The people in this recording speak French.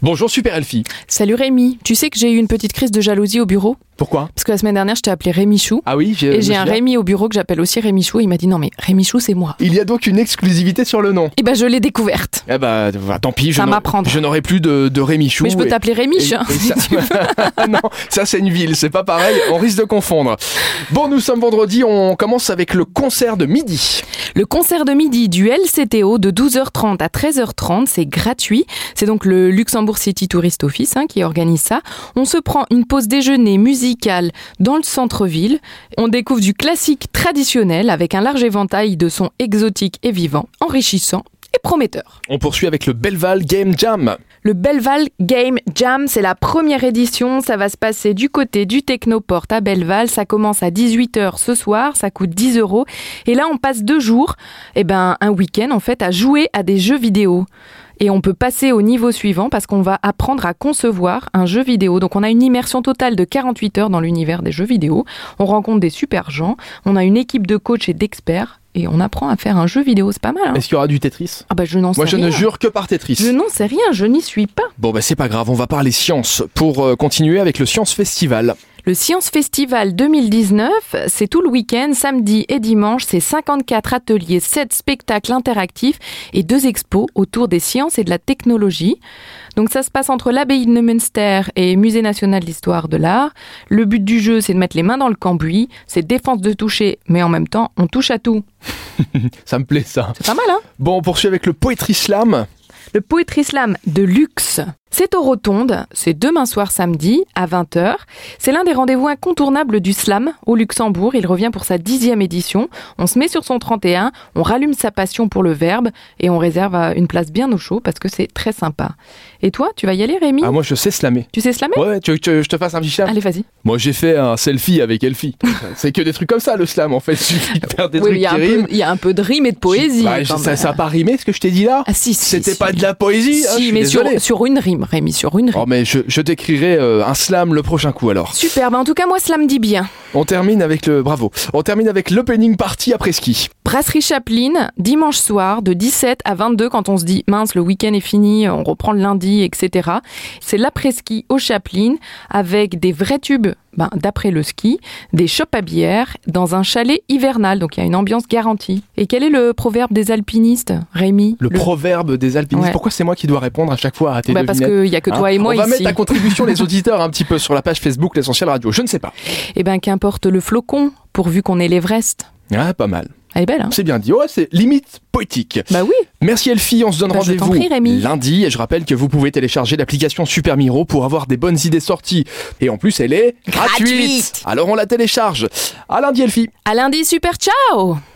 Bonjour Super Elfie. Salut Rémi, tu sais que j'ai eu une petite crise de jalousie au bureau ? Pourquoi ? Parce que la semaine dernière, je t'ai appelé Rémichou. Ah oui, et j'ai un Rémi au bureau que j'appelle aussi Rémichou. Il m'a dit non mais Rémichou c'est moi. Il y a donc une exclusivité sur le nom. Et ben je l'ai découverte. Eh bah tant pis, Ça m'apprendra. je n'aurai plus de Rémichou. Mais je peux t'appeler Rémich. Ça... non, ça c'est une ville, c'est pas pareil, on risque de confondre. Bon, nous sommes vendredi, on commence avec le concert de midi. Le concert de midi du LCTO de 12h30 à 13h30, c'est gratuit. C'est donc le Luxembourg City Tourist Office qui organise ça. On se prend une pause déjeuner musicale dans le centre-ville. On découvre du classique traditionnel avec un large éventail de sons exotiques et vivants, enrichissants et prometteurs. On poursuit avec le Belval Game Jam. Le Belval Game Jam, c'est la première édition. Ça va se passer du côté du Technoport à Belval. Ça commence à 18h ce soir. Ça coûte 10 €. Et là, on passe 2 jours, un week-end en fait, à jouer à des jeux vidéo. Et on peut passer au niveau suivant parce qu'on va apprendre à concevoir un jeu vidéo. Donc on a une immersion totale de 48 heures dans l'univers des jeux vidéo. On rencontre des super gens. On a une équipe de coachs et d'experts. Et on apprend à faire un jeu vidéo, c'est pas mal. Est-ce qu'il y aura du Tetris ? Ah bah je n'en sais rien. Moi je ne jure que par Tetris. Je n'en sais rien, je n'y suis pas. Bon bah c'est pas grave, on va parler science pour continuer avec le Science Festival. Le Science Festival 2019, c'est tout le week-end, samedi et dimanche, c'est 54 ateliers, 7 spectacles interactifs et 2 expos autour des sciences et de la technologie. Donc ça se passe entre l'abbaye de Neumünster et Musée national d'histoire de l'art. Le but du jeu, c'est de mettre les mains dans le cambouis, c'est défense de toucher, mais en même temps, on touche à tout. Ça me plaît ça. C'est pas mal, hein ? Bon, on poursuit avec le Poetry Slam. Le Poetry Slam de luxe. C'est aux Rotondes, c'est demain soir samedi à 20h. C'est l'un des rendez-vous incontournables du slam au Luxembourg. Il revient pour sa 10e édition. On se met sur son 31, on rallume sa passion pour le verbe et on réserve une place bien au chaud parce que c'est très sympa. Et toi, tu vas y aller Rémi ? Ah moi je sais slammer. Tu sais slammer ? Ouais, tu veux que je te fasse un petit slam ? Allez, vas-y. Moi j'ai fait un selfie avec Elfie. C'est que des trucs comme ça le slam en fait. Il suffit de faire des trucs qui riment. Il y a un peu de rime et de poésie. Ça a pas rimé ce que je t'ai dit là ? Ah si. C'était pas de la poésie. Si, mais sur une rime Rémi, sur une rime. Oh mais je t'écrirai un slam le prochain coup alors. Super, en tout cas moi slam dit bien. On termine avec l'opening party après ski. Brasserie Chaplin, dimanche soir de 17 à 22 quand on se dit mince le week-end est fini, on reprend le lundi, etc. C'est l'après-ski au Chaplin avec des vrais tubes d'après le ski, des chopes à bière dans un chalet hivernal, donc il y a une ambiance garantie. Et quel est le proverbe des alpinistes, Rémi ? Le proverbe des alpinistes, ouais. Pourquoi c'est moi qui dois répondre à chaque fois à tes devinettes ? Parce qu'il n'y a que toi et moi ici. On va mettre ta contribution les auditeurs un petit peu sur la page Facebook l'Essentiel Radio, je ne sais pas. Qu'importe le flocon, pourvu qu'on ait l'Everest. Ah, pas mal. Elle est belle, hein ? C'est bien dit. Ouais, c'est limite poétique. Bah oui. Merci Elfie, on se donne rendez-vous lundi. Et je rappelle que vous pouvez télécharger l'application Super Miro pour avoir des bonnes idées sorties. Et en plus, elle est gratuite. Alors on la télécharge. À lundi Elfie. À lundi, super, ciao.